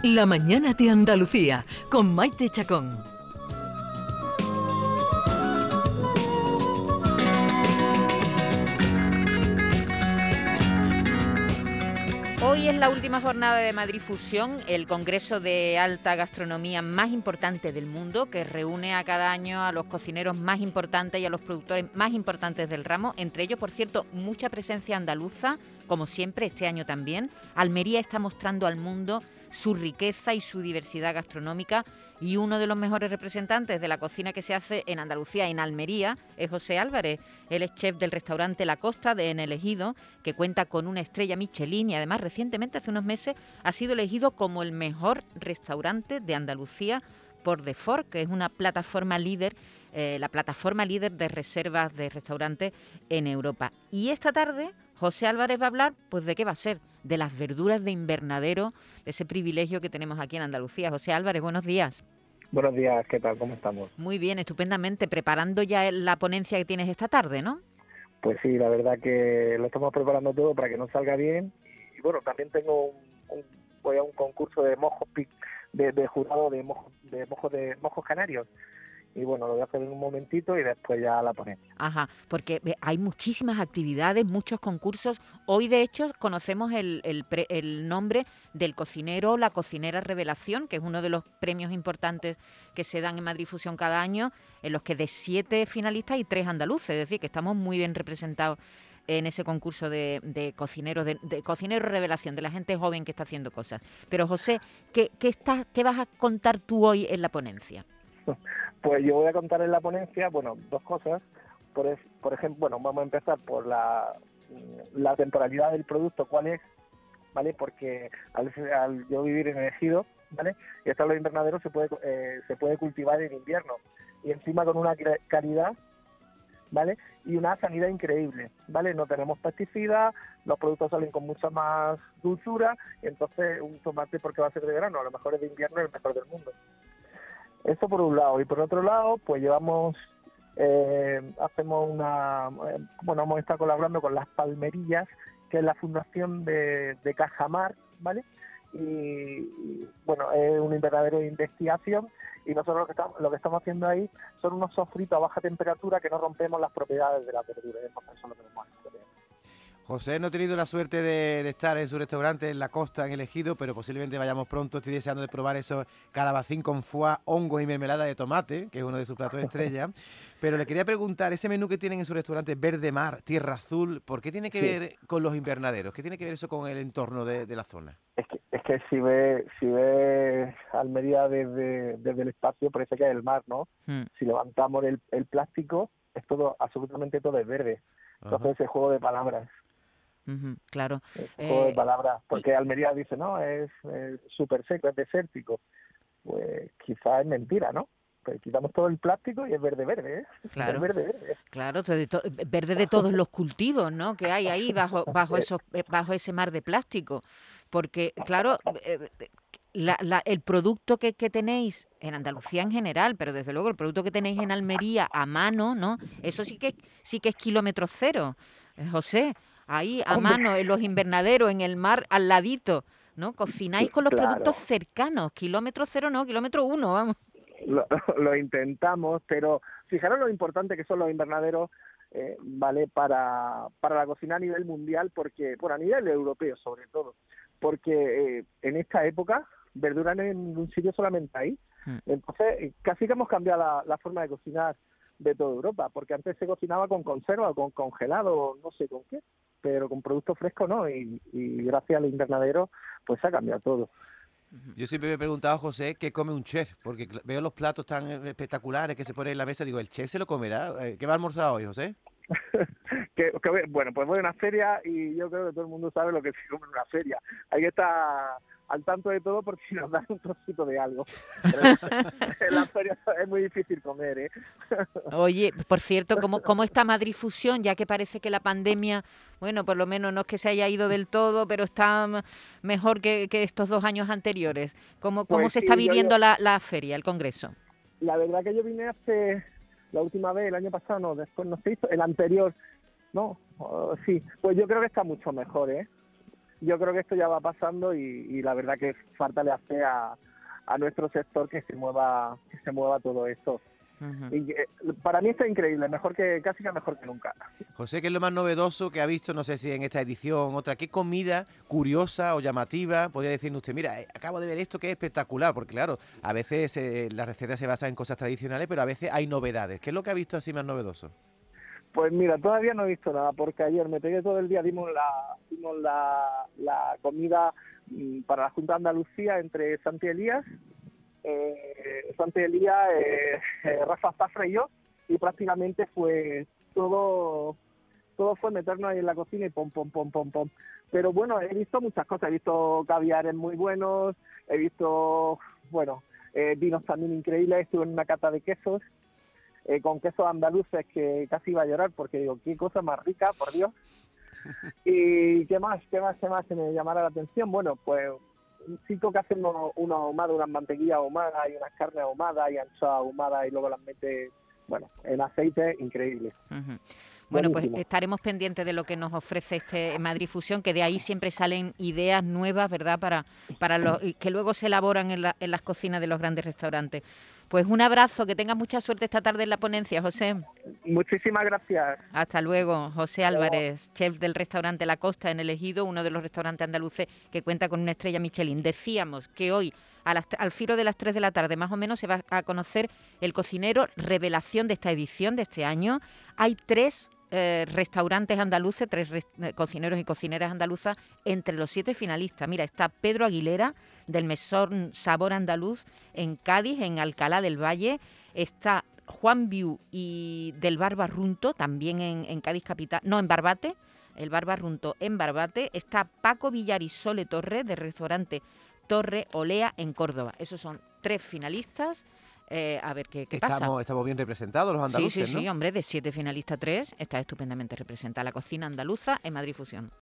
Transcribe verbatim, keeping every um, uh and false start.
La mañana de Andalucía, con Maite Chacón. Hoy es la última jornada de Madrid Fusión, el congreso de alta gastronomía más importante del mundo, que reúne a cada año a los cocineros más importantes y a los productores más importantes del ramo. Entre ellos, por cierto, mucha presencia andaluza, como siempre, este año también. Almería está mostrando al mundo su riqueza y su diversidad gastronómica, y uno de los mejores representantes de la cocina que se hace en Andalucía, en Almería, es José Álvarez. Él es chef del restaurante La Costa de En el Ejido, que cuenta con una estrella Michelin y además recientemente, hace unos meses, ha sido elegido como el mejor restaurante de Andalucía por The Fork, que es una plataforma líder, eh, la plataforma líder de reservas de restaurantes en Europa. Y esta tarde José Álvarez va a hablar, pues, ¿de qué va a ser? De las verduras de invernadero, de ese privilegio que tenemos aquí en Andalucía. José Álvarez, buenos días. Buenos días, ¿qué tal? ¿Cómo estamos? Muy bien, estupendamente. Preparando ya la ponencia que tienes esta tarde, ¿no? Pues sí, la verdad que lo estamos preparando todo para que nos salga bien. Y bueno, también tengo un, un, voy a un concurso de mojos de, de jurado de mojos de mojos de mojos canarios. Y bueno, lo voy a hacer en un momentito y después ya la ponencia. Ajá, porque hay muchísimas actividades, muchos concursos. Hoy, de hecho, conocemos el, el, pre, el nombre del cocinero o la cocinera revelación, que es uno de los premios importantes que se dan en Madrid Fusión cada año, en los que de siete finalistas hay tres andaluces, es decir, que estamos muy bien representados en ese concurso de, de cocineros, de, de cocinero revelación, de la gente joven que está haciendo cosas. Pero, José, ¿qué, qué, estás, qué vas a contar tú hoy en la ponencia? Pues yo voy a contar en la ponencia, bueno, dos cosas. Por, por ejemplo, bueno, vamos a empezar por la, la temporalidad del producto, cuál es, ¿vale? Porque al, al yo vivir en el ejido, ¿vale? Y estar en los invernaderos se puede eh, se puede cultivar en invierno y encima con una calidad, ¿vale? Y una sanidad increíble, ¿vale? No tenemos pesticidas, los productos salen con mucha más dulzura, y entonces un tomate, porque va a ser de verano, a lo mejor es de invierno, es el mejor del mundo. Esto por un lado. Y por otro lado, pues llevamos, eh, hacemos una, eh, bueno, hemos estado colaborando con Las Palmerillas, que es la fundación de, de Cajamar, ¿vale? Y, y bueno, es un invernadero de investigación, y nosotros lo que estamos, lo que estamos haciendo ahí son unos sofritos a baja temperatura que no rompemos las propiedades de la verdura, entonces eso lo tenemos aquí. José, no he tenido la suerte de, de estar en su restaurante en La Costa, en El Ejido, pero posiblemente vayamos pronto. Estoy deseando de probar eso calabacín con foie, hongos y mermelada de tomate, que es uno de sus platos estrella. Pero le quería preguntar, ese menú que tienen en su restaurante, Verde Mar, Tierra Azul, ¿por qué tiene que sí. ver con los invernaderos? ¿Qué tiene que ver eso con el entorno de, de la zona? Es que, es que si ves si ve Almería desde, desde el espacio, parece que es el mar, ¿no? Hmm. Si levantamos el, el plástico, es todo, absolutamente todo es verde. Entonces, ese juego de palabras. Uh-huh, claro. Es un juego eh, de palabras, porque y... Almería dice, no, es súper seco, es desértico. Pues quizás es mentira, ¿no? Pues quitamos todo el plástico y es verde verde, ¿eh? Claro, es verde verde. Claro, de to- verde de todos los cultivos, ¿no? Que hay ahí bajo bajo esos bajo ese mar de plástico, porque claro, eh, la, la, el producto que, que tenéis en Andalucía en general, pero desde luego el producto que tenéis en Almería a mano, ¿no? Eso sí que sí que es kilómetro cero, eh, José. Ahí a Hombre. mano, en los invernaderos, en el mar, al ladito, ¿no? Cocináis con los claro. productos cercanos, kilómetro cero no, kilómetro uno, vamos. Lo, lo intentamos, pero fijaros lo importante que son los invernaderos, eh, ¿vale? Para, para la cocina a nivel mundial, porque, bueno, a nivel europeo sobre todo, porque eh, en esta época verdura en un sitio solamente ahí. Hmm. Entonces, casi que hemos cambiado la, la forma de cocinar de toda Europa, porque antes se cocinaba con conserva, con congelado, no sé con qué, pero con productos frescos no, y, y gracias al invernadero pues se ha cambiado todo. Yo siempre me he preguntado, José, ¿qué come un chef? Porque veo los platos tan espectaculares que se ponen en la mesa, digo, ¿el chef se lo comerá? ¿Qué va a almorzar hoy, José? que, que, bueno, pues voy a una feria y yo creo que todo el mundo sabe lo que se come en una feria. Hay que estar al tanto de todo porque si nos dan un trocito de algo. En la feria es muy difícil comer, ¿eh? Oye, por cierto, ¿cómo, ¿cómo está Madrid Fusión? Ya que parece que la pandemia, bueno, por lo menos no es que se haya ido del todo, pero está mejor que, que estos dos años anteriores. ¿Cómo, cómo pues se sí, está viviendo yo, la, la feria, el congreso? La verdad que yo vine hace, la última vez, el año pasado, no, después no se hizo, el anterior, no, uh, sí, pues yo creo que está mucho mejor, ¿eh? yo creo que esto ya va pasando y, y la verdad que falta le hace a, a nuestro sector que se mueva que se mueva todo esto. Uh-huh. Y eh, para mí está increíble, mejor que casi que mejor que nunca. José, ¿qué es lo más novedoso que ha visto, no sé si en esta edición, otra? ¿Qué comida curiosa o llamativa podría decirnos usted? Mira, eh, acabo de ver esto que es espectacular, porque claro, a veces eh, las recetas se basan en cosas tradicionales, pero a veces hay novedades. ¿Qué es lo que ha visto así más novedoso? Pues mira, todavía no he visto nada, porque ayer me pegué todo el día, dimos la, dimos la, la comida mm, para la Junta de Andalucía entre Santi Elías, eh, Santi Elías, eh, eh, Rafa Zafra y yo, y prácticamente fue todo, todo fue meternos ahí en la cocina y pom, pom, pom, pom, pom. Pero bueno, he visto muchas cosas, he visto caviares muy buenos, he visto, bueno, eh, vinos también increíbles, estuve en una cata de quesos, Eh, con quesos andaluces que casi iba a llorar porque digo, qué cosa más rica, por Dios. Y qué más, qué más, qué más que me llamara la atención. Bueno, pues sí que hacemos una ahumada, unas mantequillas ahumadas y unas carnes ahumadas y anchoas ahumadas y luego las mete, bueno, en aceite, increíble. Uh-huh. Bueno, Buenísimo. Pues estaremos pendientes de lo que nos ofrece este Madrid Fusión, que de ahí siempre salen ideas nuevas, ¿verdad?, para, para los que luego se elaboran en, la, en las cocinas de los grandes restaurantes. Pues un abrazo, que tengas mucha suerte esta tarde en la ponencia, José. Muchísimas gracias. Hasta luego. José Álvarez, chef del restaurante La Costa en El Ejido, uno de los restaurantes andaluces que cuenta con una estrella Michelin. Decíamos que hoy, a las, al filo de las tres de la tarde más o menos, se va a conocer el cocinero revelación de esta edición de este año. Hay tres Eh, restaurantes andaluces, tres re- cocineros y cocineras andaluzas entre los siete finalistas. Mira, está Pedro Aguilera del Mesón Sabor Andaluz en Cádiz, en Alcalá del Valle. Está Juan Viu y del Bar Barrunto, también en, en Cádiz capital, no, en Barbate, el Bar Barrunto en Barbate. Está Paco Villar y Sole Torre del restaurante Torre Olea en Córdoba. Esos son tres finalistas. Eh, a ver qué, qué estamos, pasa. Estamos bien representados los andaluces, Sí, sí, ¿no? sí, hombre, de siete finalistas, tres, está estupendamente representada la cocina andaluza en Madrid Fusión.